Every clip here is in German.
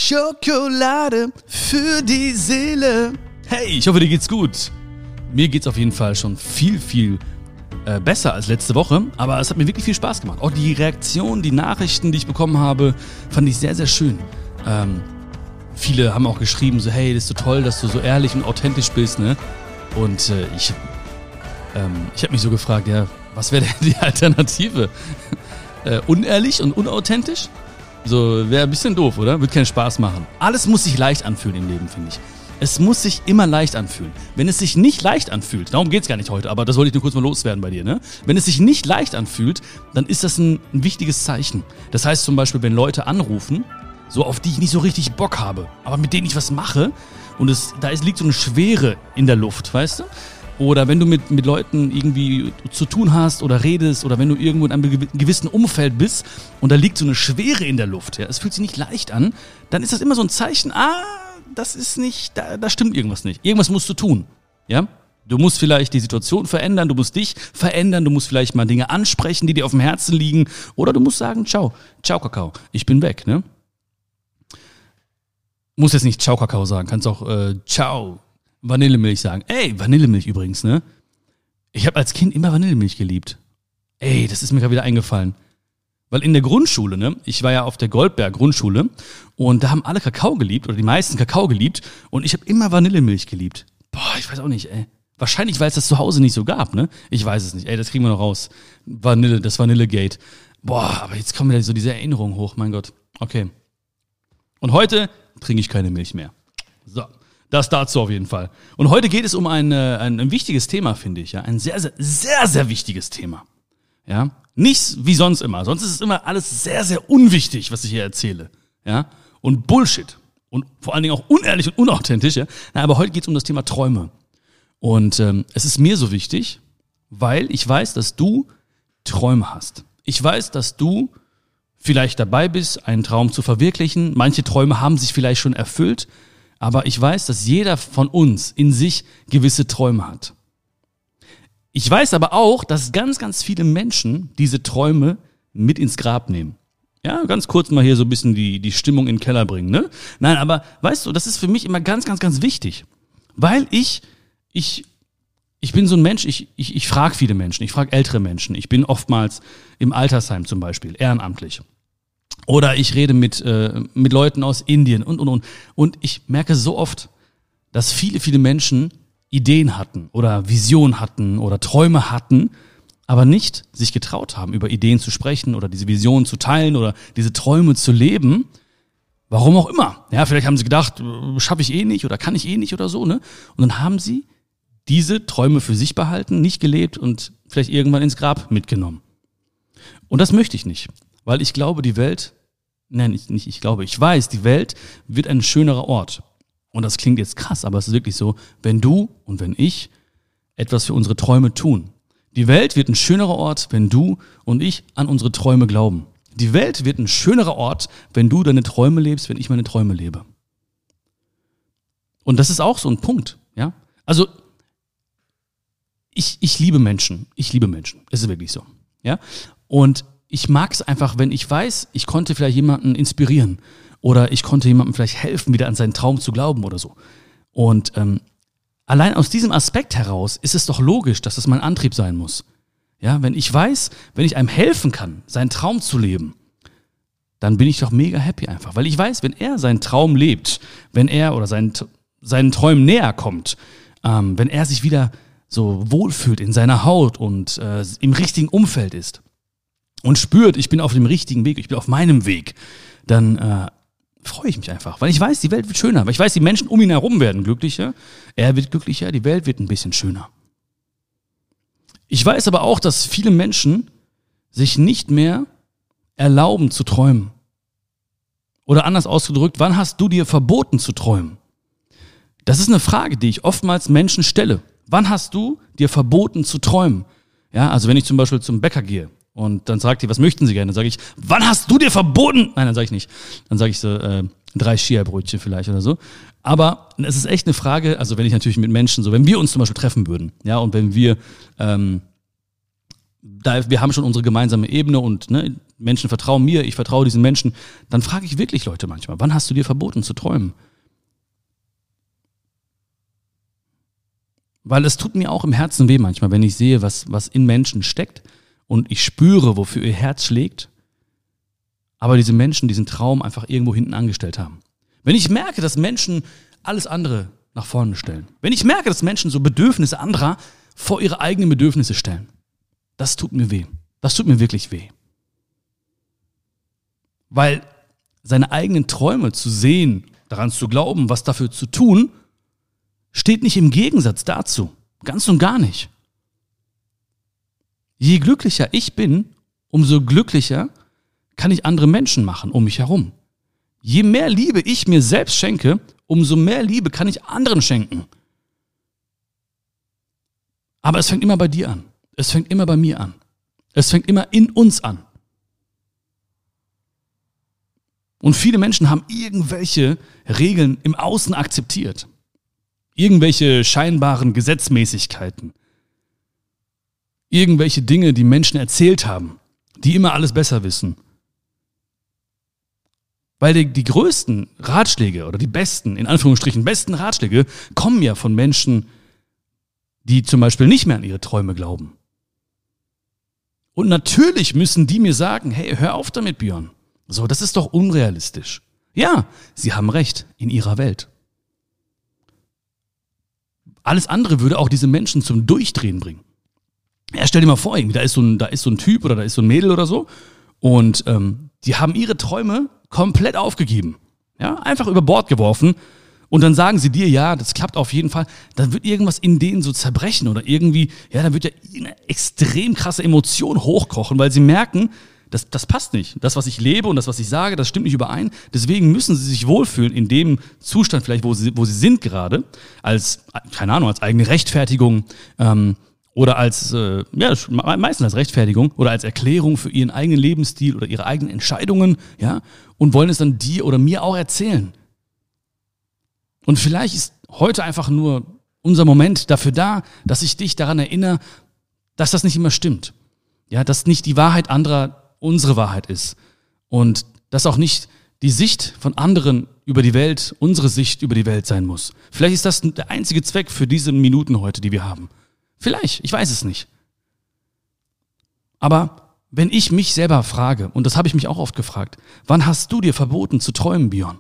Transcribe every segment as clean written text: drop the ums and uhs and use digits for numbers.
Schokolade für die Seele. Hey, ich hoffe, dir geht's gut. Mir geht's auf jeden Fall schon viel besser als letzte Woche, aber es hat mir wirklich viel Spaß gemacht. Auch die Reaktionen, die Nachrichten, die ich bekommen habe, fand ich sehr, sehr schön. Viele haben auch geschrieben, so hey, das ist so toll, dass du so ehrlich und authentisch bist, ne? Und ich habe mich so gefragt, ja, was wäre denn die Alternative? Unehrlich und unauthentisch? So, wäre ein bisschen doof, oder? Wird keinen Spaß machen. Alles muss sich leicht anfühlen im Leben, finde ich. Es muss sich immer leicht anfühlen. Wenn es sich nicht leicht anfühlt, darum geht's gar nicht heute, aber das wollte ich nur kurz mal loswerden bei dir, ne? Wenn es sich nicht leicht anfühlt, dann ist das ein wichtiges Zeichen. Das heißt zum Beispiel, wenn Leute anrufen, so auf die ich nicht so richtig Bock habe, aber mit denen ich was mache und liegt so eine Schwere in der Luft, weißt du? Oder wenn du mit Leuten irgendwie zu tun hast oder redest oder wenn du irgendwo in einem gewissen Umfeld bist und da liegt so eine Schwere in der Luft, ja, es fühlt sich nicht leicht an, dann ist das immer so ein Zeichen, das ist nicht, da stimmt irgendwas nicht. Irgendwas musst du tun, ja? Du musst vielleicht die Situation verändern, du musst dich verändern, du musst vielleicht mal Dinge ansprechen, die dir auf dem Herzen liegen oder du musst sagen, ciao Kakao, ich bin weg, ne? Muss jetzt nicht ciao Kakao sagen, kannst auch ciao Vanillemilch sagen. Ey, Vanillemilch übrigens, ne? Ich habe als Kind immer Vanillemilch geliebt. Ey, das ist mir gerade wieder eingefallen. Weil in der Grundschule, ne? Ich war ja auf der Goldberg-Grundschule und da haben alle Kakao geliebt oder die meisten Kakao geliebt und ich habe immer Vanillemilch geliebt. Boah, ich weiß auch nicht, ey. Wahrscheinlich, weil es das zu Hause nicht so gab, ne? Ich weiß es nicht. Ey, das kriegen wir noch raus. Das Vanillegate. Boah, aber jetzt kommen wieder so diese Erinnerungen hoch, mein Gott. Okay. Und heute trinke ich keine Milch mehr. So. Das dazu auf jeden Fall. Und heute geht es um ein wichtiges Thema, finde ich. Ja, ein sehr, sehr, sehr, sehr wichtiges Thema. Ja, nicht wie sonst immer. Sonst ist es immer alles sehr, sehr unwichtig, was ich hier erzähle. Ja, und Bullshit. Und vor allen Dingen auch unehrlich und unauthentisch. Ja, aber heute geht es um das Thema Träume. Und es ist mir so wichtig, weil ich weiß, dass du Träume hast. Ich weiß, dass du vielleicht dabei bist, einen Traum zu verwirklichen. Manche Träume haben sich vielleicht schon erfüllt. Aber ich weiß, dass jeder von uns in sich gewisse Träume hat. Ich weiß aber auch, dass ganz, ganz viele Menschen diese Träume mit ins Grab nehmen. Ja, ganz kurz mal hier so ein bisschen die Stimmung in den Keller bringen, ne? Nein, aber weißt du, das ist für mich immer ganz, ganz, ganz wichtig. Weil ich bin so ein Mensch, ich frage viele Menschen, ich frage ältere Menschen. Ich bin oftmals im Altersheim zum Beispiel, ehrenamtlich. Oder ich rede mit Leuten aus Indien und. Und ich merke so oft, dass viele Menschen Ideen hatten oder Visionen hatten oder Träume hatten, aber nicht sich getraut haben, über Ideen zu sprechen oder diese Visionen zu teilen oder diese Träume zu leben. Warum auch immer. Ja, vielleicht haben sie gedacht, schaffe ich eh nicht oder kann ich eh nicht oder so, ne? Und dann haben sie diese Träume für sich behalten, nicht gelebt und vielleicht irgendwann ins Grab mitgenommen. Und das möchte ich nicht. Weil ich glaube, ich weiß, die Welt wird ein schönerer Ort. Und das klingt jetzt krass, aber es ist wirklich so, wenn du und wenn ich etwas für unsere Träume tun. Die Welt wird ein schönerer Ort, wenn du und ich an unsere Träume glauben. Die Welt wird ein schönerer Ort, wenn du deine Träume lebst, wenn ich meine Träume lebe. Und das ist auch so ein Punkt, ja. Also, ich liebe Menschen. Ich liebe Menschen. Es ist wirklich so, ja. Und ich mag es einfach, wenn ich weiß, ich konnte vielleicht jemanden inspirieren oder ich konnte jemandem vielleicht helfen, wieder an seinen Traum zu glauben oder so. Und allein aus diesem Aspekt heraus ist es doch logisch, dass das mein Antrieb sein muss. Ja, wenn ich weiß, wenn ich einem helfen kann, seinen Traum zu leben, dann bin ich doch mega happy einfach. Weil ich weiß, wenn er seinen Traum lebt, wenn er oder seinen Träumen näher kommt, wenn er sich wieder so wohlfühlt in seiner Haut und im richtigen Umfeld ist, und spürt, ich bin auf dem richtigen Weg, ich bin auf meinem Weg, dann freue ich mich einfach. Weil ich weiß, die Welt wird schöner. Weil ich weiß, die Menschen um ihn herum werden glücklicher. Er wird glücklicher, die Welt wird ein bisschen schöner. Ich weiß aber auch, dass viele Menschen sich nicht mehr erlauben zu träumen. Oder anders ausgedrückt, wann hast du dir verboten zu träumen? Das ist eine Frage, die ich oftmals Menschen stelle. Wann hast du dir verboten zu träumen? Ja, also wenn ich zum Beispiel zum Bäcker gehe, und dann sagt die, was möchten Sie gerne? Dann sage ich, wann hast du dir verboten? Nein, dann sage ich nicht. Dann sage ich so 3 Chia-Brötchen vielleicht oder so. Aber es ist echt eine Frage, also wenn ich natürlich mit Menschen so, wenn wir uns zum Beispiel treffen würden, ja, und wenn wir wir haben schon unsere gemeinsame Ebene und ne, Menschen vertrauen mir, ich vertraue diesen Menschen, dann frage ich wirklich Leute manchmal, wann hast du dir verboten zu träumen? Weil es tut mir auch im Herzen weh manchmal, wenn ich sehe, was in Menschen steckt und ich spüre, wofür ihr Herz schlägt, aber diese Menschen diesen Traum einfach irgendwo hinten angestellt haben. Wenn ich merke, dass Menschen alles andere nach vorne stellen, wenn ich merke, dass Menschen so Bedürfnisse anderer vor ihre eigenen Bedürfnisse stellen, das tut mir weh. Das tut mir wirklich weh. Weil seine eigenen Träume zu sehen, daran zu glauben, was dafür zu tun, steht nicht im Gegensatz dazu. Ganz und gar nicht. Je glücklicher ich bin, umso glücklicher kann ich andere Menschen machen um mich herum. Je mehr Liebe ich mir selbst schenke, umso mehr Liebe kann ich anderen schenken. Aber es fängt immer bei dir an. Es fängt immer bei mir an. Es fängt immer in uns an. Und viele Menschen haben irgendwelche Regeln im Außen akzeptiert. Irgendwelche scheinbaren Gesetzmäßigkeiten. Irgendwelche Dinge, die Menschen erzählt haben, die immer alles besser wissen. Weil die größten Ratschläge oder die besten, in Anführungsstrichen besten Ratschläge, kommen ja von Menschen, die zum Beispiel nicht mehr an ihre Träume glauben. Und natürlich müssen die mir sagen, hey, hör auf damit, Björn. So, das ist doch unrealistisch. Ja, sie haben recht, in ihrer Welt. Alles andere würde auch diese Menschen zum Durchdrehen bringen. Ja, stell dir mal vor, da ist so ein Typ oder da ist so ein Mädel oder so und die haben ihre Träume komplett aufgegeben. Ja, einfach über Bord geworfen und dann sagen sie dir, ja, das klappt auf jeden Fall. Dann wird irgendwas in denen so zerbrechen oder irgendwie, ja, dann wird ja eine extrem krasse Emotion hochkochen, weil sie merken, das passt nicht. Das, was ich lebe und das, was ich sage, das stimmt nicht überein. Deswegen müssen sie sich wohlfühlen in dem Zustand vielleicht, wo sie sind gerade, als, keine Ahnung, als eigene Rechtfertigung oder als, meistens als Rechtfertigung oder als Erklärung für ihren eigenen Lebensstil oder ihre eigenen Entscheidungen, ja, und wollen es dann dir oder mir auch erzählen. Und vielleicht ist heute einfach nur unser Moment dafür da, dass ich dich daran erinnere, dass das nicht immer stimmt. Ja, dass nicht die Wahrheit anderer unsere Wahrheit ist und dass auch nicht die Sicht von anderen über die Welt unsere Sicht über die Welt sein muss. Vielleicht ist das der einzige Zweck für diese Minuten heute, die wir haben. Vielleicht, ich weiß es nicht. Aber wenn ich mich selber frage, und das habe ich mich auch oft gefragt, wann hast du dir verboten zu träumen, Björn?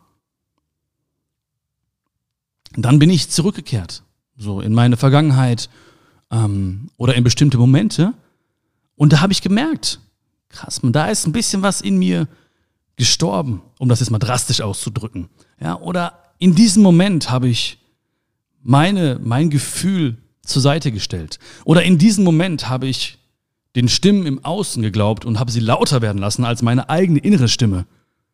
Dann bin ich zurückgekehrt, so in meine Vergangenheit oder in bestimmte Momente und da habe ich gemerkt, krass, da ist ein bisschen was in mir gestorben, um das jetzt mal drastisch auszudrücken. Ja, oder in diesem Moment habe ich mein Gefühl zur Seite gestellt. Oder in diesem Moment habe ich den Stimmen im Außen geglaubt und habe sie lauter werden lassen als meine eigene innere Stimme.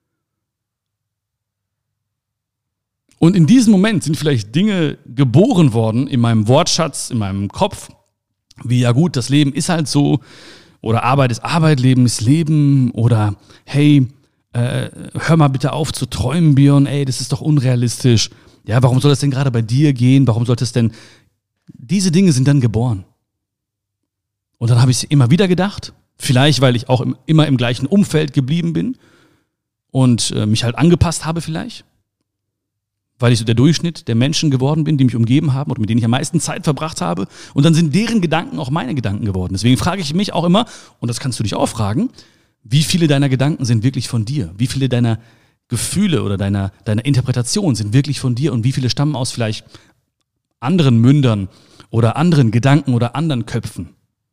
Und in diesem Moment sind vielleicht Dinge geboren worden in meinem Wortschatz, in meinem Kopf, wie ja gut, das Leben ist halt so, oder Arbeit ist Arbeit, Leben ist Leben, oder hey, hör mal bitte auf zu träumen, Björn, ey, das ist doch unrealistisch. Ja, warum soll das denn gerade bei dir gehen? Warum sollte es denn... Diese Dinge sind dann geboren. Und dann habe ich es immer wieder gedacht, vielleicht weil ich auch immer im gleichen Umfeld geblieben bin und mich halt angepasst habe vielleicht, weil ich so der Durchschnitt der Menschen geworden bin, die mich umgeben haben oder mit denen ich am meisten Zeit verbracht habe. Und dann sind deren Gedanken auch meine Gedanken geworden. Deswegen frage ich mich auch immer, und das kannst du dich auch fragen, wie viele deiner Gedanken sind wirklich von dir? Wie viele deiner Gefühle oder deiner Interpretation sind wirklich von dir und wie viele stammen aus vielleicht anderen Mündern oder anderen Gedanken oder anderen Köpfen?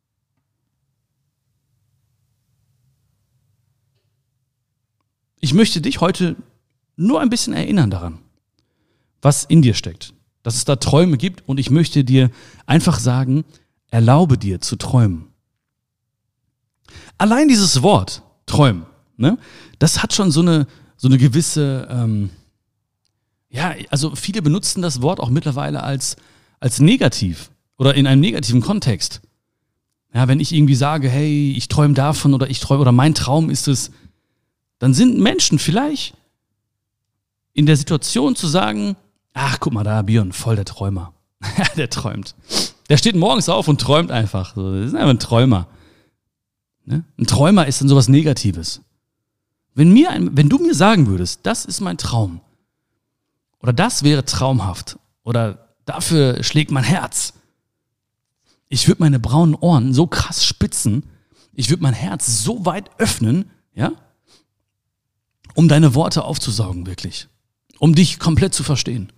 Ich möchte dich heute nur ein bisschen erinnern daran, was in dir steckt, dass es da Träume gibt und ich möchte dir einfach sagen, erlaube dir zu träumen. Allein dieses Wort, träumen, ne, das hat schon so eine gewisse, also viele benutzen das Wort auch mittlerweile als negativ oder in einem negativen Kontext. Ja, wenn ich irgendwie sage, hey, ich träume davon oder mein Traum ist es, dann sind Menschen vielleicht in der Situation zu sagen, ach, guck mal da, Björn, voll der Träumer. Der träumt. Der steht morgens auf und träumt einfach. Das ist einfach ein Träumer. Ne? Ein Träumer ist dann sowas Negatives. Wenn du mir sagen würdest, das ist mein Traum oder das wäre traumhaft oder dafür schlägt mein Herz, ich würde meine braunen Ohren so krass spitzen, ich würde mein Herz so weit öffnen, ja, um deine Worte aufzusaugen, wirklich. Um dich komplett zu verstehen.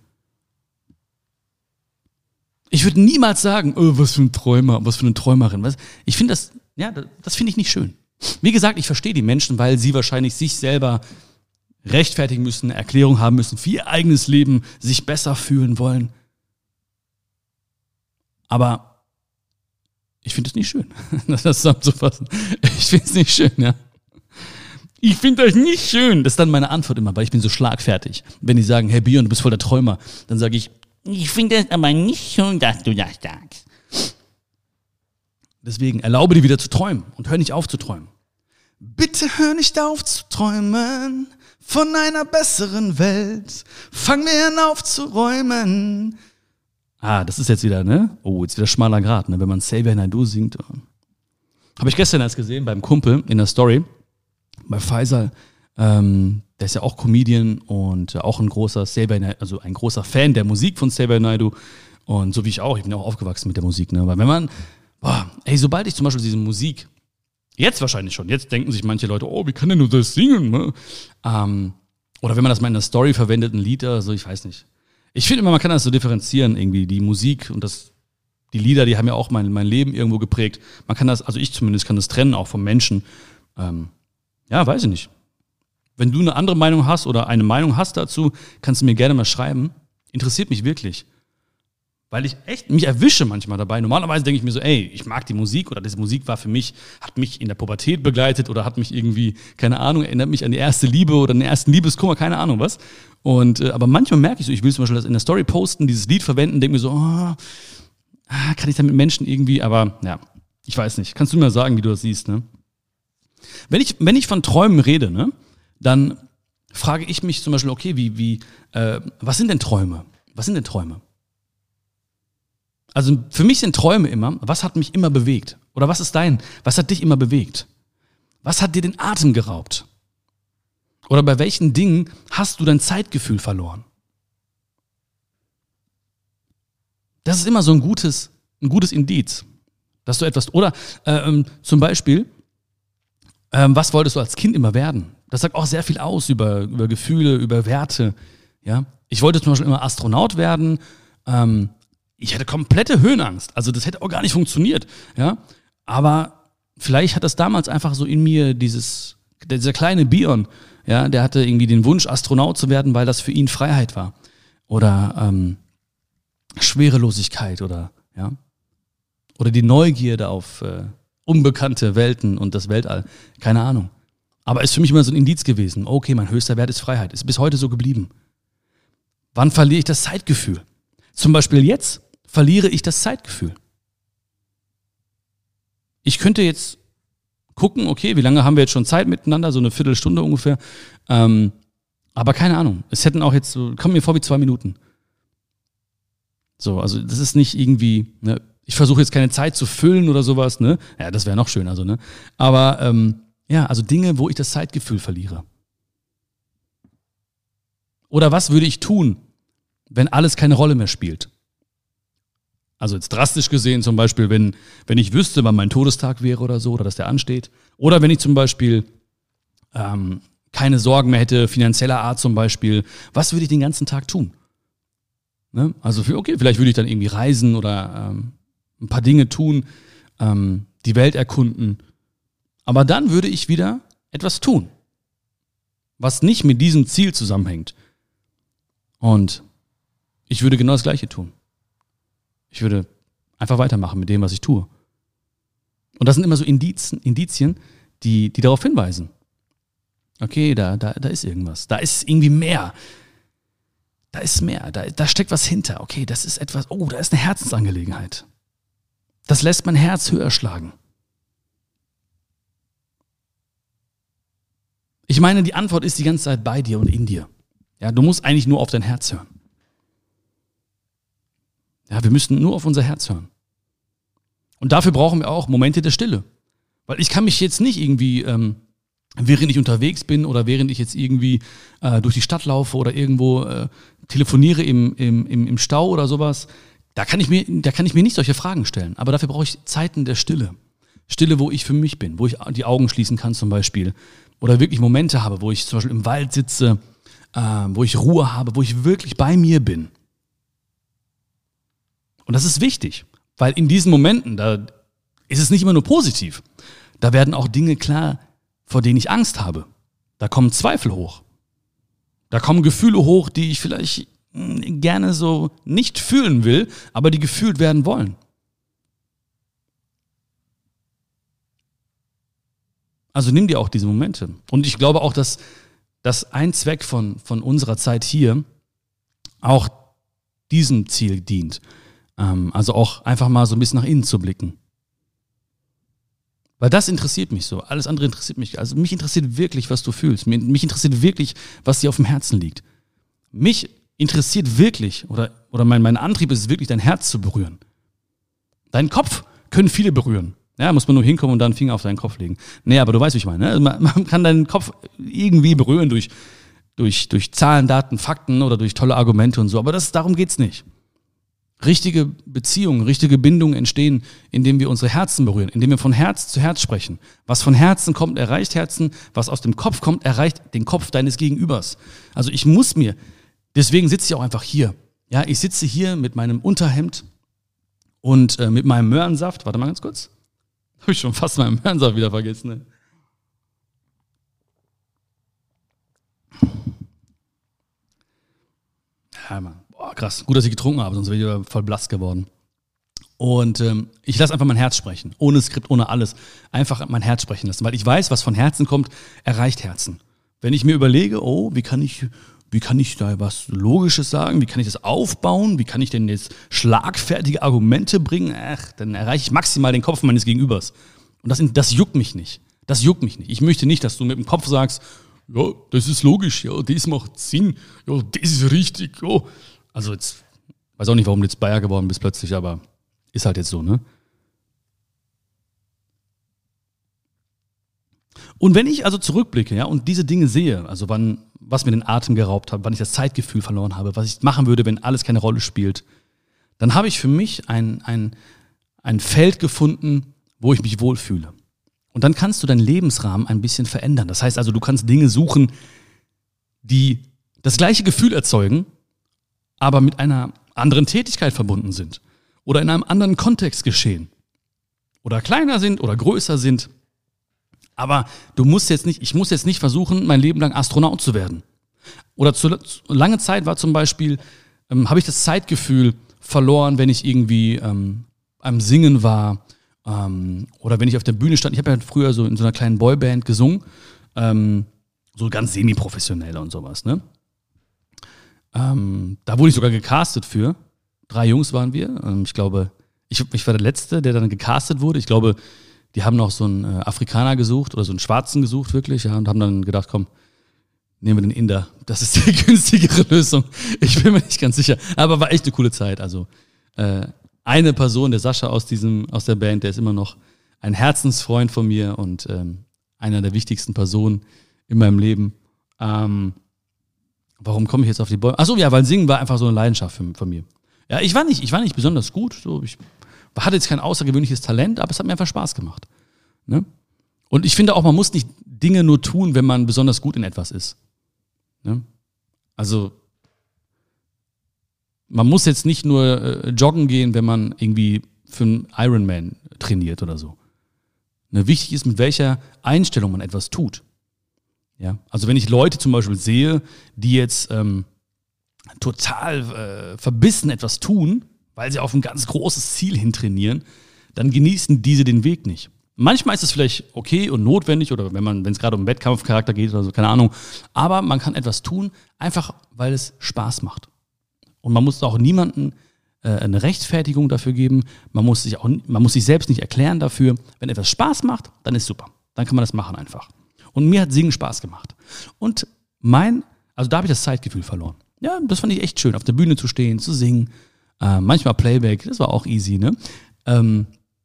Ich würde niemals sagen, oh, was für ein Träumer, was für eine Träumerin. Ich finde das finde ich nicht schön. Wie gesagt, ich verstehe die Menschen, weil sie wahrscheinlich sich selber rechtfertigen müssen, eine Erklärung haben müssen für ihr eigenes Leben, sich besser fühlen wollen. Aber ich finde es nicht schön, das zusammenzufassen. Ich finde es nicht schön, ja. Ich finde das nicht schön. Das ist dann meine Antwort immer, weil ich bin so schlagfertig. Wenn die sagen, hey Björn, du bist voll der Träumer, dann sage ich finde es aber nicht schön, dass du das sagst. Deswegen erlaube dir wieder zu träumen und hör nicht auf zu träumen. Bitte hör nicht auf zu träumen von einer besseren Welt. Fang mir an aufzuräumen. Das ist jetzt wieder, ne? Oh, jetzt wieder schmaler Grat, ne? Wenn man Xavier Naidoo singt. Habe ich gestern erst gesehen beim Kumpel in der Story. Bei Faisal, der ist ja auch Comedian und auch ein großer also ein großer Fan der Musik von Xavier Naidoo. Und so wie ich bin ja auch aufgewachsen mit der Musik, ne? Weil wenn man, sobald ich zum Beispiel diese Musik, jetzt wahrscheinlich schon, jetzt denken sich manche Leute, oh, wie kann der nur das singen, ne? Oder wenn man das mal in der Story verwendet, ein Lied oder so, ich weiß nicht. Ich finde immer, man kann das so differenzieren, irgendwie, die Musik und die Lieder, die haben ja auch mein Leben irgendwo geprägt. Man kann das, also ich zumindest kann das trennen, auch vom Menschen. Weiß ich nicht. Wenn du eine andere Meinung hast oder eine Meinung hast dazu, kannst du mir gerne mal schreiben. Interessiert mich wirklich. Weil ich echt mich erwische manchmal dabei. Normalerweise denke ich mir so, ich mag die Musik oder diese Musik war für mich, hat mich in der Pubertät begleitet oder hat mich irgendwie, keine Ahnung, erinnert mich an die erste Liebe oder den ersten Liebeskummer, keine Ahnung was. Und aber manchmal merke ich so, ich will zum Beispiel das in der Story posten, dieses Lied verwenden, denke mir so, kann ich da mit Menschen irgendwie, aber ja, ich weiß nicht. Kannst du mir sagen, wie du das siehst, ne? Wenn ich von Träumen rede, ne, dann frage ich mich zum Beispiel, okay, was sind denn Träume? Was sind denn Träume? Also für mich sind Träume immer, was hat mich immer bewegt? Oder was hat dich immer bewegt? Was hat dir den Atem geraubt? Oder bei welchen Dingen hast du dein Zeitgefühl verloren? Das ist immer so ein gutes Indiz, dass du etwas, oder zum Beispiel, was wolltest du als Kind immer werden? Das sagt auch sehr viel aus über Gefühle, über Werte. Ja? Ich wollte zum Beispiel immer Astronaut werden. Ich hatte komplette Höhenangst. Also das hätte auch gar nicht funktioniert. Ja? Aber vielleicht hat das damals einfach so in mir dieser kleine Björn, ja, der hatte irgendwie den Wunsch, Astronaut zu werden, weil das für ihn Freiheit war. Oder Schwerelosigkeit oder die Neugierde auf unbekannte Welten und das Weltall. Keine Ahnung. Aber ist für mich immer so ein Indiz gewesen. Okay, mein höchster Wert ist Freiheit. Ist bis heute so geblieben. Wann verliere ich das Zeitgefühl? Zum Beispiel jetzt verliere ich das Zeitgefühl. Ich könnte jetzt gucken, okay, wie lange haben wir jetzt schon Zeit miteinander? So eine Viertelstunde ungefähr. Aber keine Ahnung. Es hätten auch jetzt so, kommt mir vor wie 2 Minuten. So, also das ist nicht irgendwie, ne, ich versuche jetzt keine Zeit zu füllen oder sowas, ne? Ja, das wäre noch schön, also, ne? Aber also Dinge, wo ich das Zeitgefühl verliere. Oder was würde ich tun, wenn alles keine Rolle mehr spielt? Also jetzt drastisch gesehen zum Beispiel, wenn ich wüsste, wann mein Todestag wäre oder so, oder dass der ansteht. Oder wenn ich zum Beispiel keine Sorgen mehr hätte, finanzieller Art zum Beispiel. Was würde ich den ganzen Tag tun? Ne? Also vielleicht würde ich dann irgendwie reisen oder ein paar Dinge tun, die Welt erkunden. Aber dann würde ich wieder etwas tun, was nicht mit diesem Ziel zusammenhängt. Und ich würde genau das Gleiche tun. Ich würde einfach weitermachen mit dem, was ich tue. Und das sind immer so Indizien, die darauf hinweisen. Okay, da ist irgendwas. Da ist irgendwie mehr. Da ist mehr. Da steckt was hinter. Okay, das ist etwas. Oh, da ist eine Herzensangelegenheit. Das lässt mein Herz höher schlagen. Ich meine, die Antwort ist die ganze Zeit bei dir und in dir. Ja, du musst eigentlich nur auf dein Herz hören. Ja, wir müssen nur auf unser Herz hören. Und dafür brauchen wir auch Momente der Stille. Weil ich kann mich jetzt nicht irgendwie, während ich unterwegs bin oder während ich jetzt irgendwie durch die Stadt laufe oder irgendwo telefoniere im Stau oder sowas, da kann ich mir nicht solche Fragen stellen. Aber dafür brauche ich Zeiten der Stille. Stille, wo ich für mich bin, wo ich die Augen schließen kann zum Beispiel. Oder wirklich Momente habe, wo ich zum Beispiel im Wald sitze, wo ich Ruhe habe, wo ich wirklich bei mir bin. Und das ist wichtig, weil in diesen Momenten, da ist es nicht immer nur positiv. Da werden auch Dinge klar, vor denen ich Angst habe. Da kommen Zweifel hoch. Da kommen Gefühle hoch, die ich vielleicht gerne so nicht fühlen will, aber die gefühlt werden wollen. Also nimm dir auch diese Momente. Und ich glaube auch, dass ein Zweck von unserer Zeit hier auch diesem Ziel dient. Also auch einfach mal so ein bisschen nach innen zu blicken. Weil das interessiert mich so. Alles andere interessiert mich. Also mich interessiert wirklich, was du fühlst. Mich interessiert wirklich, was dir auf dem Herzen liegt. Mich interessiert wirklich, oder mein Antrieb ist es wirklich, dein Herz zu berühren. Deinen Kopf können viele berühren. Ja, muss man nur hinkommen und dann einen Finger auf deinen Kopf legen. Nee, aber du weißt, wie ich meine. Ne? Also man kann deinen Kopf irgendwie berühren durch Zahlen, Daten, Fakten oder durch tolle Argumente und so. Aber darum geht's nicht. Richtige Beziehungen, richtige Bindungen entstehen, indem wir unsere Herzen berühren, indem wir von Herz zu Herz sprechen. Was von Herzen kommt, erreicht Herzen. Was aus dem Kopf kommt, erreicht den Kopf deines Gegenübers. Also deswegen sitze ich auch einfach hier. Ja, ich sitze hier mit meinem Unterhemd und mit meinem Möhrensaft. Warte mal ganz kurz. Habe ich schon fast meinen Möhrensaft wieder vergessen. Ne? Ja, Mann. Boah, krass. Gut, dass ich getrunken habe, sonst wäre ich voll blass geworden. Und ich lasse einfach mein Herz sprechen. Ohne Skript, ohne alles. Einfach mein Herz sprechen lassen. Weil ich weiß, was von Herzen kommt, erreicht Herzen. Wenn ich mir überlege, wie kann ich da was Logisches sagen? Wie kann ich das aufbauen? Wie kann ich denn jetzt schlagfertige Argumente bringen? Dann erreiche ich maximal den Kopf meines Gegenübers. Und das juckt mich nicht. Das juckt mich nicht. Ich möchte nicht, dass du mit dem Kopf sagst, ja, das ist logisch, ja, das macht Sinn, ja, das ist richtig, ja. Also jetzt, weiß auch nicht, warum du jetzt Bayer geworden bist plötzlich, aber ist halt jetzt so, ne? Und wenn ich also zurückblicke, ja, und diese Dinge sehe, also was mir den Atem geraubt hat, wann ich das Zeitgefühl verloren habe, was ich machen würde, wenn alles keine Rolle spielt, dann habe ich für mich ein Feld gefunden, wo ich mich wohlfühle. Und dann kannst du deinen Lebensrahmen ein bisschen verändern. Das heißt also, du kannst Dinge suchen, die das gleiche Gefühl erzeugen, aber mit einer anderen Tätigkeit verbunden sind oder in einem anderen Kontext geschehen oder kleiner sind oder größer sind. Aber ich muss jetzt nicht versuchen, mein Leben lang Astronaut zu werden. Oder lange Zeit war zum Beispiel, habe ich das Zeitgefühl verloren, wenn ich irgendwie am Singen war oder wenn ich auf der Bühne stand. Ich habe ja früher so in so einer kleinen Boyband gesungen, so ganz semi-professionell und sowas, ne? Da wurde ich sogar gecastet für. 3 Jungs waren wir. Ich glaube, ich war der Letzte, der dann gecastet wurde. Ich glaube, die haben noch so einen Afrikaner gesucht oder so einen Schwarzen gesucht, wirklich, ja, und haben dann gedacht, komm, nehmen wir den Inder. Das ist die günstigere Lösung. Ich bin mir nicht ganz sicher. Aber war echt eine coole Zeit. Also eine Person, der Sascha aus der Band, der ist immer noch ein Herzensfreund von mir und einer der wichtigsten Personen in meinem Leben. Warum komme ich jetzt auf die Bäume? Achso, ja, weil Singen war einfach so eine Leidenschaft von mir. Ja, ich war nicht besonders gut. So, ich hatte jetzt kein außergewöhnliches Talent, aber es hat mir einfach Spaß gemacht. Ne? Und ich finde auch, man muss nicht Dinge nur tun, wenn man besonders gut in etwas ist. Ne? Also, man muss jetzt nicht nur joggen gehen, wenn man irgendwie für einen Ironman trainiert oder so. Ne? Wichtig ist, mit welcher Einstellung man etwas tut. Ja? Also, wenn ich Leute zum Beispiel sehe, die jetzt total verbissen etwas tun, weil sie auf ein ganz großes Ziel hin trainieren, dann genießen diese den Weg nicht. Manchmal ist es vielleicht okay und notwendig oder wenn es gerade um Wettkampfcharakter geht oder so, keine Ahnung. Aber man kann etwas tun, einfach weil es Spaß macht. Und man muss auch niemandem eine Rechtfertigung dafür geben. Man muss sich selbst nicht erklären dafür. Wenn etwas Spaß macht, dann ist super. Dann kann man das machen einfach. Und mir hat Singen Spaß gemacht. Und also da habe ich das Zeitgefühl verloren. Ja, das fand ich echt schön, auf der Bühne zu stehen, zu singen. Manchmal Playback, das war auch easy, ne?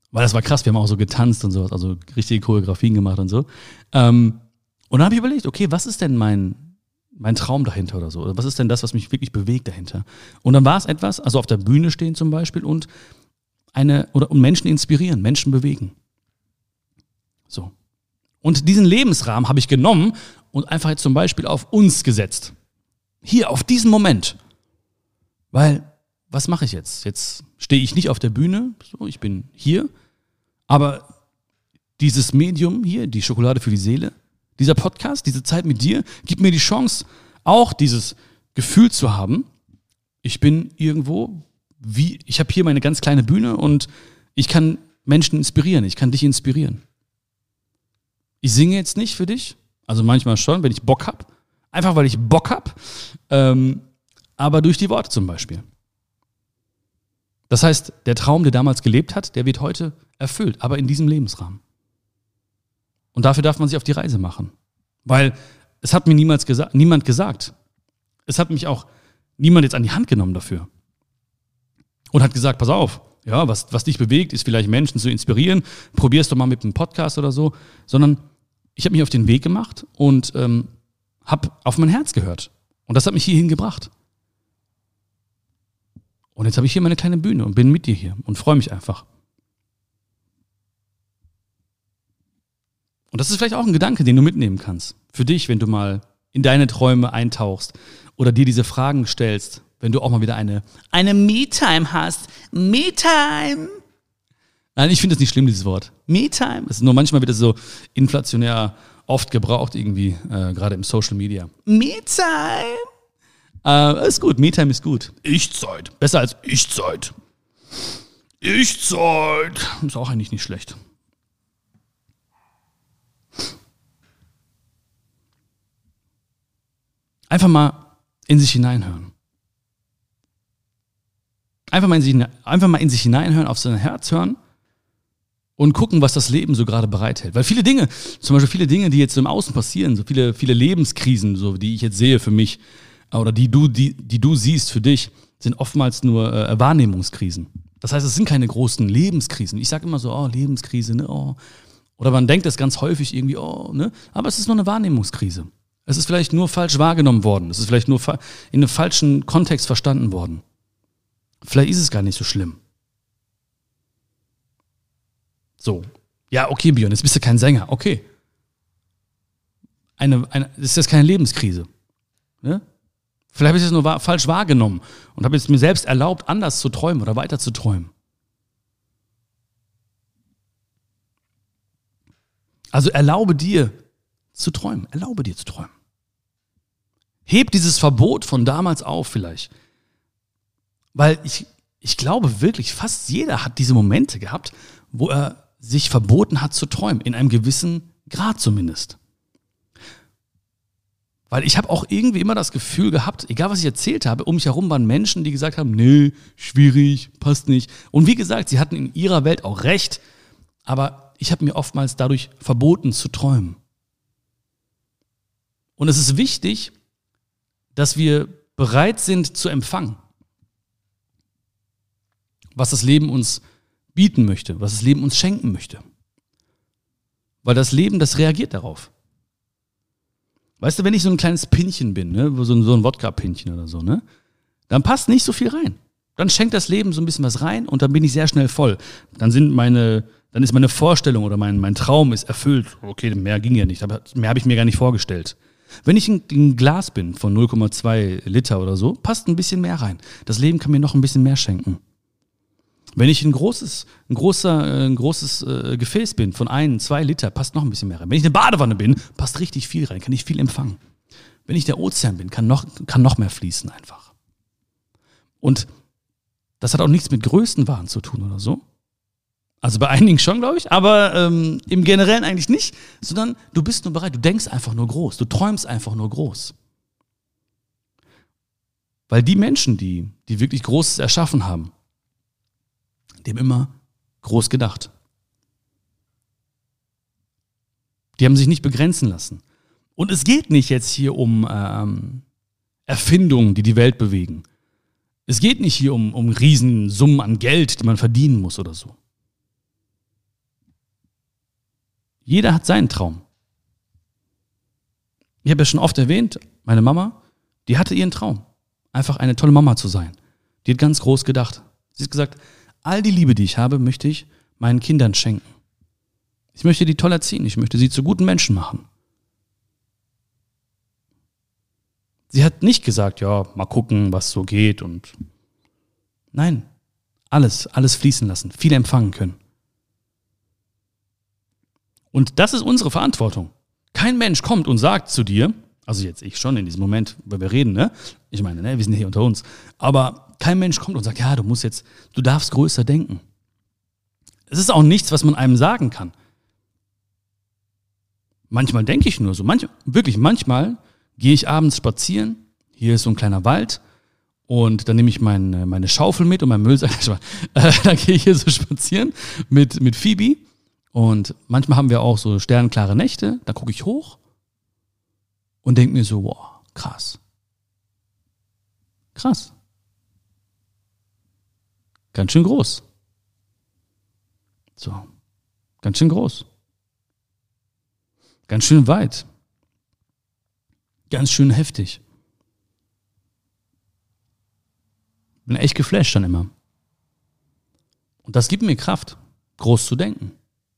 Weil das war krass, wir haben auch so getanzt und sowas, also richtige Choreografien gemacht und so. Und dann habe ich überlegt, okay, was ist denn mein Traum dahinter oder so? Oder was ist denn das, was mich wirklich bewegt dahinter? Und dann war es etwas, also auf der Bühne stehen zum Beispiel und Menschen inspirieren, Menschen bewegen. So. Und diesen Lebensrahmen habe ich genommen und einfach jetzt zum Beispiel auf uns gesetzt. Hier, auf diesen Moment. Weil, was mache ich jetzt? Jetzt stehe ich nicht auf der Bühne, so, ich bin hier, aber dieses Medium hier, die Schokolade für die Seele, dieser Podcast, diese Zeit mit dir, gibt mir die Chance, auch dieses Gefühl zu haben, ich bin irgendwo, ich habe hier meine ganz kleine Bühne und ich kann Menschen inspirieren, ich kann dich inspirieren. Ich singe jetzt nicht für dich, also manchmal schon, wenn ich Bock habe, einfach weil ich Bock habe, aber durch die Worte zum Beispiel. Das heißt, der Traum, der damals gelebt hat, der wird heute erfüllt, aber in diesem Lebensrahmen. Und dafür darf man sich auf die Reise machen. Weil es hat mir niemand gesagt. Es hat mich auch niemand jetzt an die Hand genommen dafür. Und hat gesagt, pass auf, ja, was dich bewegt, ist vielleicht Menschen zu inspirieren, probier's doch mal mit einem Podcast oder so. Sondern ich habe mich auf den Weg gemacht und habe auf mein Herz gehört. Und das hat mich hierhin gebracht. Und jetzt habe ich hier meine kleine Bühne und bin mit dir hier und freue mich einfach. Und das ist vielleicht auch ein Gedanke, den du mitnehmen kannst. Für dich, wenn du mal in deine Träume eintauchst oder dir diese Fragen stellst, wenn du auch mal wieder eine Me-Time hast. Me-Time! Nein, ich finde es nicht schlimm, dieses Wort. Me-Time. Es ist nur manchmal wird es so inflationär oft gebraucht irgendwie, gerade im Social Media. Me-Time! Ist gut, Me-Time ist gut. Ich-Zeit. Besser als Ich-Zeit. Ich-Zeit. Ist auch eigentlich nicht schlecht. Einfach mal in sich hineinhören. Einfach mal in sich hineinhören, auf sein Herz hören und gucken, was das Leben so gerade bereithält. Weil viele Dinge, die jetzt im Außen passieren, so viele Lebenskrisen, so die ich jetzt sehe für mich, oder die du siehst für dich, sind oftmals nur Wahrnehmungskrisen. Das heißt, es sind keine großen Lebenskrisen. Ich sage immer so, oh, Lebenskrise, ne, oh. Oder man denkt das ganz häufig irgendwie, oh, ne, aber es ist nur eine Wahrnehmungskrise. Es ist vielleicht nur falsch wahrgenommen worden. Es ist vielleicht nur in einem falschen Kontext verstanden worden. Vielleicht ist es gar nicht so schlimm. So. Ja, okay, Björn, jetzt bist du kein Sänger. Okay. Das ist jetzt keine Lebenskrise. Ne? Vielleicht habe ich es nur falsch wahrgenommen und habe jetzt mir selbst erlaubt, anders zu träumen oder weiter zu träumen. Also erlaube dir zu träumen. Erlaube dir zu träumen. Heb dieses Verbot von damals auf vielleicht. Weil ich glaube wirklich, fast jeder hat diese Momente gehabt, wo er sich verboten hat zu träumen. In einem gewissen Grad zumindest. Weil ich habe auch irgendwie immer das Gefühl gehabt, egal was ich erzählt habe, um mich herum waren Menschen, die gesagt haben, nee, schwierig, passt nicht. Und wie gesagt, sie hatten in ihrer Welt auch recht, aber ich habe mir oftmals dadurch verboten zu träumen. Und es ist wichtig, dass wir bereit sind zu empfangen, was das Leben uns bieten möchte, was das Leben uns schenken möchte. Weil das Leben, das reagiert darauf. Weißt du, wenn ich so ein kleines Pinchen bin, ne, so ein Wodka-Pinchen oder so, ne, dann passt nicht so viel rein. Dann schenkt das Leben so ein bisschen was rein und dann bin ich sehr schnell voll. Dann ist meine Vorstellung oder mein Traum ist erfüllt. Okay, mehr ging ja nicht, aber mehr habe ich mir gar nicht vorgestellt. Wenn ich ein Glas bin von 0,2 Liter oder so, passt ein bisschen mehr rein. Das Leben kann mir noch ein bisschen mehr schenken. Wenn ich ein großes Gefäß bin von 1, 2 Liter, passt noch ein bisschen mehr rein. Wenn ich eine Badewanne bin, passt richtig viel rein, kann ich viel empfangen. Wenn ich der Ozean bin, kann noch mehr fließen einfach. Und das hat auch nichts mit Größenwahn zu tun oder so. Also bei einigen schon, glaube ich, aber im Generellen eigentlich nicht, sondern du bist nur bereit, du denkst einfach nur groß, du träumst einfach nur groß. Weil die Menschen, die wirklich Großes erschaffen haben, die haben immer groß gedacht. Die haben sich nicht begrenzen lassen. Und es geht nicht jetzt hier um Erfindungen, die Welt bewegen. Es geht nicht hier um Riesensummen an Geld, die man verdienen muss oder so. Jeder hat seinen Traum. Ich habe ja schon oft erwähnt, meine Mama, die hatte ihren Traum, einfach eine tolle Mama zu sein. Die hat ganz groß gedacht. Sie hat gesagt, all die Liebe, die ich habe, möchte ich meinen Kindern schenken. Ich möchte die toll erziehen, ich möchte sie zu guten Menschen machen. Sie hat nicht gesagt, ja, mal gucken, was so geht und nein, alles fließen lassen, viel empfangen können. Und das ist unsere Verantwortung. Kein Mensch kommt und sagt zu dir, also jetzt ich schon in diesem Moment, weil wir reden, ne? Ich meine, ne, wir sind hier unter uns, aber kein Mensch kommt und sagt, ja, du darfst größer denken. Es ist auch nichts, was man einem sagen kann. Manchmal denke ich nur so, manchmal gehe ich abends spazieren, hier ist so ein kleiner Wald und dann nehme ich meine Schaufel mit und meinen Müllsack. Dann gehe ich hier so spazieren mit Phoebe und manchmal haben wir auch so sternklare Nächte, da gucke ich hoch und denke mir so, wow, krass. Krass. Ganz schön groß. So, ganz schön groß. Ganz schön weit. Ganz schön heftig. Bin echt geflasht dann immer. Und das gibt mir Kraft, groß zu denken.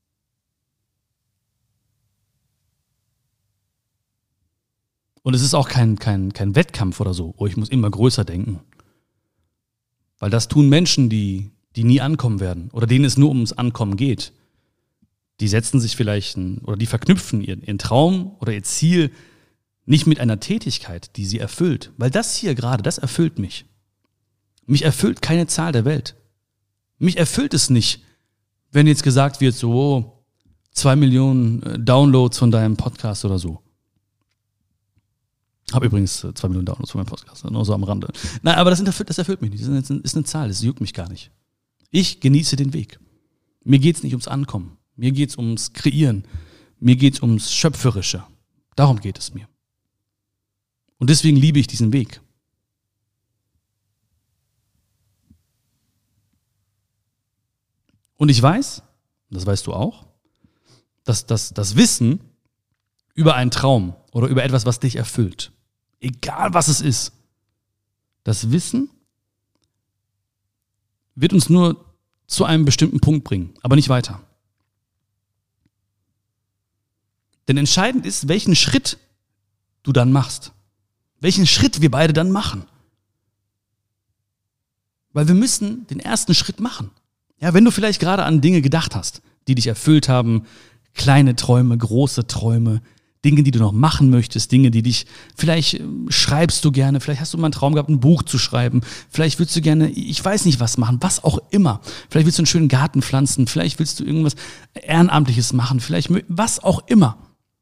Und es ist auch kein Wettkampf oder so, ich muss immer größer denken. Weil das tun Menschen, die nie ankommen werden oder denen es nur ums Ankommen geht. Die setzen sich vielleicht oder die verknüpfen ihren Traum oder ihr Ziel nicht mit einer Tätigkeit, die sie erfüllt. Weil das hier gerade, das erfüllt mich. Mich erfüllt keine Zahl der Welt. Mich erfüllt es nicht, wenn jetzt gesagt wird, so 2 Millionen Downloads von deinem Podcast oder so. Habe übrigens 2 Millionen Downloads von meinem Podcast, nur so am Rande. Nein, aber das erfüllt mich nicht. Das ist eine Zahl, das juckt mich gar nicht. Ich genieße den Weg. Mir geht's nicht ums Ankommen. Mir geht's ums Kreieren. Mir geht's ums Schöpferische. Darum geht es mir. Und deswegen liebe ich diesen Weg. Und ich weiß, das weißt du auch, dass das Wissen über einen Traum oder über etwas, was dich erfüllt, egal was es ist, das Wissen wird uns nur zu einem bestimmten Punkt bringen, aber nicht weiter. Denn entscheidend ist, welchen Schritt du dann machst. Welchen Schritt wir beide dann machen. Weil wir müssen den ersten Schritt machen. Ja, wenn du vielleicht gerade an Dinge gedacht hast, die dich erfüllt haben, kleine Träume, große Träume, Dinge, die du noch machen möchtest, Dinge, die dich, vielleicht schreibst du gerne, vielleicht hast du mal einen Traum gehabt, ein Buch zu schreiben, vielleicht willst du gerne, ich weiß nicht was machen, was auch immer. Vielleicht willst du einen schönen Garten pflanzen, vielleicht willst du irgendwas Ehrenamtliches machen, vielleicht was auch immer.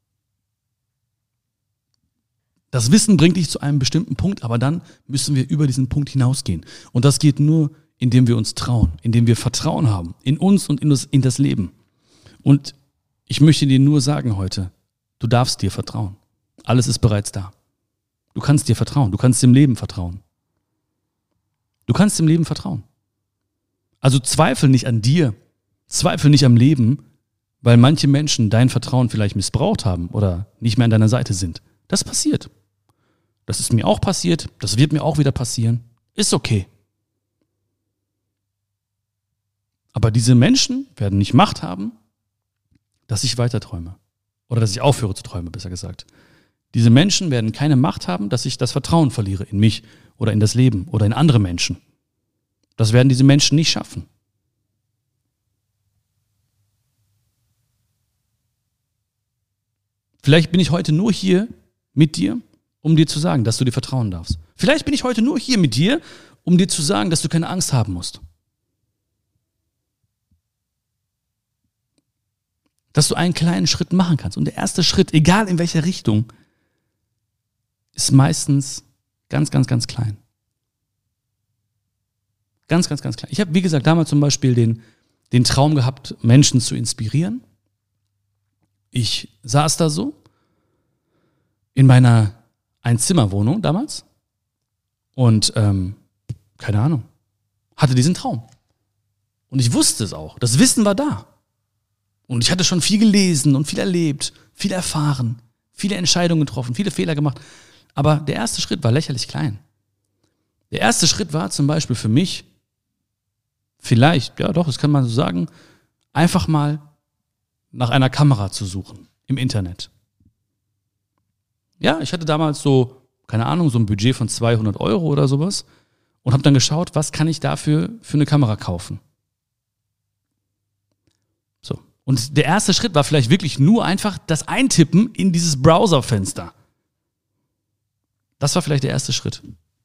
Das Wissen bringt dich zu einem bestimmten Punkt, aber dann müssen wir über diesen Punkt hinausgehen. Und das geht nur, indem wir uns trauen, indem wir Vertrauen haben in uns und in das Leben. Und ich möchte dir nur sagen heute, du darfst dir vertrauen. Alles ist bereits da. Du kannst dir vertrauen, du kannst dem Leben vertrauen. Du kannst dem Leben vertrauen. Also zweifel nicht an dir, zweifel nicht am Leben, weil manche Menschen dein Vertrauen vielleicht missbraucht haben oder nicht mehr an deiner Seite sind. Das passiert. Das ist mir auch passiert, das wird mir auch wieder passieren. Ist okay. Aber diese Menschen werden nicht Macht haben, dass ich weiter träume. Oder dass ich aufhöre zu träumen, besser gesagt. Diese Menschen werden keine Macht haben, dass ich das Vertrauen verliere in mich oder in das Leben oder in andere Menschen. Das werden diese Menschen nicht schaffen. Vielleicht bin ich heute nur hier mit dir, um dir zu sagen, dass du dir vertrauen darfst. Vielleicht bin ich heute nur hier mit dir, um dir zu sagen, dass du keine Angst haben musst. Dass du einen kleinen Schritt machen kannst. Und der erste Schritt, egal in welcher Richtung, ist meistens ganz, ganz, ganz klein. Ganz, ganz, ganz klein. Ich habe, wie gesagt, damals zum Beispiel den Traum gehabt, Menschen zu inspirieren. Ich saß da so in meiner Einzimmerwohnung damals und, keine Ahnung, hatte diesen Traum. Und ich wusste es auch. Das Wissen war da. Und ich hatte schon viel gelesen und viel erlebt, viel erfahren, viele Entscheidungen getroffen, viele Fehler gemacht. Aber der erste Schritt war lächerlich klein. Der erste Schritt war zum Beispiel für mich, vielleicht, ja doch, das kann man so sagen, einfach mal nach einer Kamera zu suchen im Internet. Ja, ich hatte damals so, keine Ahnung, so ein Budget von 200 € oder sowas und habe dann geschaut, was kann ich dafür für eine Kamera kaufen. So. Und der erste Schritt war vielleicht wirklich nur einfach das Eintippen in dieses Browserfenster. Das war vielleicht der erste Schritt.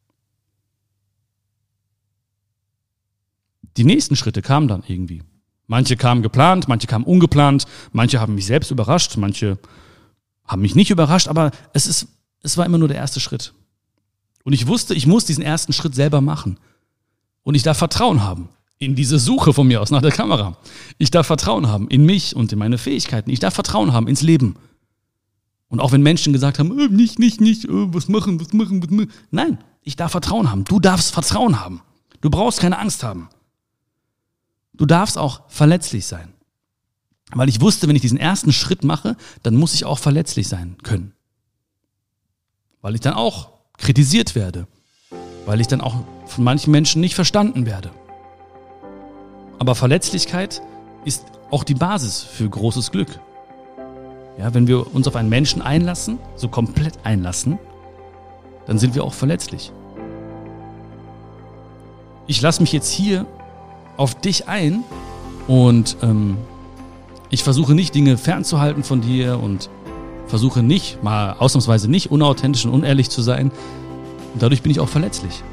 Die nächsten Schritte kamen dann irgendwie. Manche kamen geplant, manche kamen ungeplant, manche haben mich selbst überrascht, manche haben mich nicht überrascht, aber es war immer nur der erste Schritt. Und ich wusste, ich muss diesen ersten Schritt selber machen. Und ich darf Vertrauen haben in diese Suche von mir aus nach der Kamera. Ich darf Vertrauen haben in mich und in meine Fähigkeiten. Ich darf Vertrauen haben ins Leben. Und auch wenn Menschen gesagt haben, nicht, was machen. Nein, ich darf Vertrauen haben. Du darfst Vertrauen haben. Du brauchst keine Angst haben. Du darfst auch verletzlich sein. Weil ich wusste, wenn ich diesen ersten Schritt mache, dann muss ich auch verletzlich sein können. Weil ich dann auch kritisiert werde. Weil ich dann auch von manchen Menschen nicht verstanden werde. Aber Verletzlichkeit ist auch die Basis für großes Glück. Ja, wenn wir uns auf einen Menschen einlassen, so komplett einlassen, dann sind wir auch verletzlich. Ich lasse mich jetzt hier auf dich ein und ich versuche nicht, Dinge fernzuhalten von dir und versuche nicht, mal ausnahmsweise nicht unauthentisch und unehrlich zu sein. Und dadurch bin ich auch verletzlich.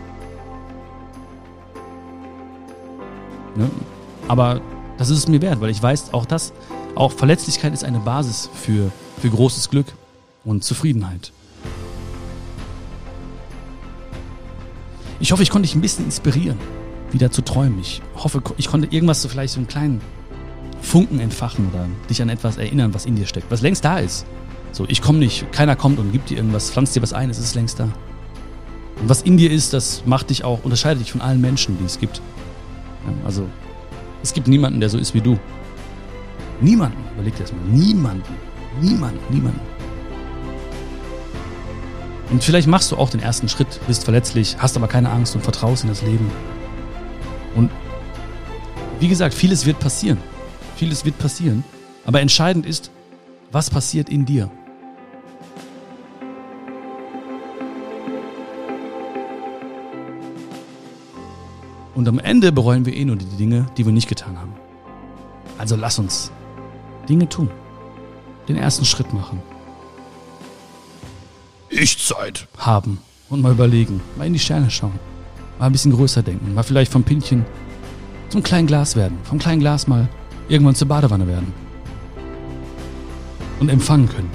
Ne? Aber das ist es mir wert, weil ich weiß, auch Verletzlichkeit ist eine Basis für großes Glück und Zufriedenheit. Ich hoffe, ich konnte dich ein bisschen inspirieren, wieder zu träumen. Ich hoffe, ich konnte irgendwas vielleicht so einen kleinen Funken entfachen oder dich an etwas erinnern, was in dir steckt, was längst da ist. So, ich komme nicht, keiner kommt und gibt dir irgendwas, pflanzt dir was ein, es ist längst da. Und was in dir ist, das macht dich auch, unterscheidet dich von allen Menschen, die es gibt. Also, es gibt niemanden, der so ist wie du. Niemanden, überleg dir das mal. Niemanden. Und vielleicht machst du auch den ersten Schritt, bist verletzlich, hast aber keine Angst und vertraust in das Leben. Und wie gesagt, vieles wird passieren. Aber entscheidend ist, was passiert in dir. Und am Ende bereuen wir nur die Dinge, die wir nicht getan haben. Also lass uns Dinge tun. Den ersten Schritt machen. Ich-Zeit haben und mal überlegen. Mal in die Sterne schauen. Mal ein bisschen größer denken. Mal vielleicht vom Pinchen zum kleinen Glas werden. Vom kleinen Glas mal irgendwann zur Badewanne werden. Und empfangen können.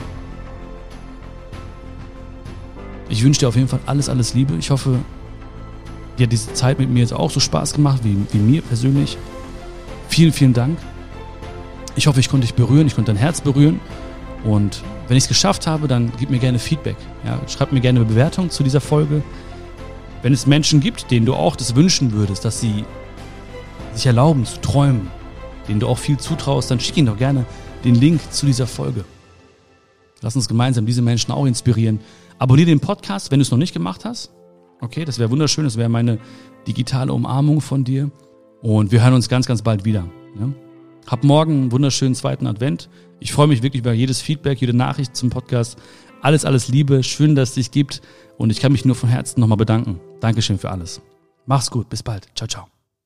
Ich wünsche dir auf jeden Fall alles Liebe. Ich hoffe, dir hat diese Zeit mit mir jetzt auch so Spaß gemacht wie mir persönlich. Vielen Dank. Ich hoffe, ich konnte dich berühren, ich konnte dein Herz berühren. Und wenn ich es geschafft habe, dann gib mir gerne Feedback. Ja, schreib mir gerne eine Bewertung zu dieser Folge. Wenn es Menschen gibt, denen du auch das wünschen würdest, dass sie sich erlauben zu träumen, denen du auch viel zutraust, dann schick ihnen doch gerne den Link zu dieser Folge. Lass uns gemeinsam diese Menschen auch inspirieren. Abonniere den Podcast, wenn du es noch nicht gemacht hast. Okay, das wäre wunderschön, das wäre meine digitale Umarmung von dir. Und wir hören uns ganz bald wieder. Ja? Hab morgen einen wunderschönen zweiten Advent. Ich freue mich wirklich über jedes Feedback, jede Nachricht zum Podcast. Alles Liebe, schön, dass es dich gibt. Und ich kann mich nur von Herzen nochmal bedanken. Dankeschön für alles. Mach's gut, bis bald. Ciao.